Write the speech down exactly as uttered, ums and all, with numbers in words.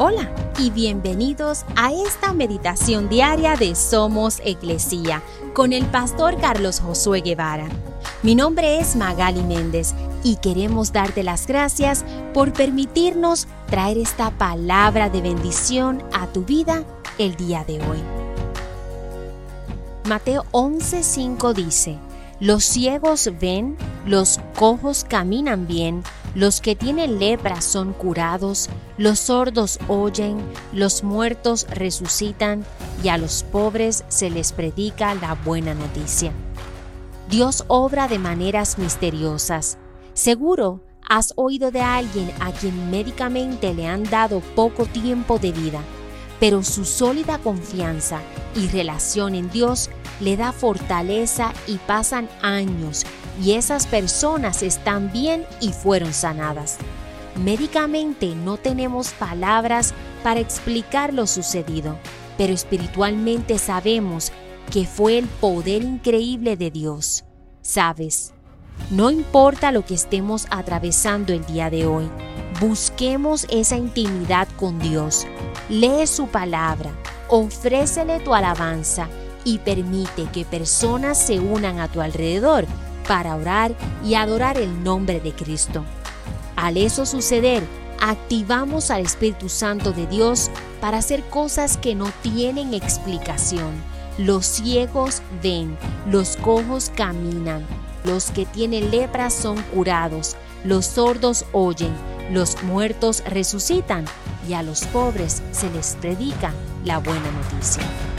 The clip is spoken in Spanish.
Hola y bienvenidos a esta meditación diaria de Somos Iglesia con el pastor Carlos Josué Guevara. Mi nombre es Magali Méndez y queremos darte las gracias por permitirnos traer esta palabra de bendición a tu vida el día de hoy. Mateo once cinco dice: los ciegos ven, los cojos caminan bien, los que tienen lepra son curados, los sordos oyen, los muertos resucitan y a los pobres se les predica la buena noticia. Dios obra de maneras misteriosas. Seguro has oído de alguien a quien médicamente le han dado poco tiempo de vida, pero su sólida confianza y relación en Dios le da fortaleza y pasan años y esas personas están bien y fueron sanadas. Médicamente no tenemos palabras para explicar lo sucedido, pero espiritualmente sabemos que fue el poder increíble de Dios. ¿Sabes? No importa lo que estemos atravesando el día de hoy, busquemos esa intimidad con Dios. Lee su palabra, ofrécele tu alabanza y permite que personas se unan a tu alrededor para orar y adorar el nombre de Cristo. Al eso suceder, activamos al Espíritu Santo de Dios para hacer cosas que no tienen explicación. Los ciegos ven, los cojos caminan, los que tienen lepra son curados, los sordos oyen, los muertos resucitan y a los pobres se les predica la buena noticia.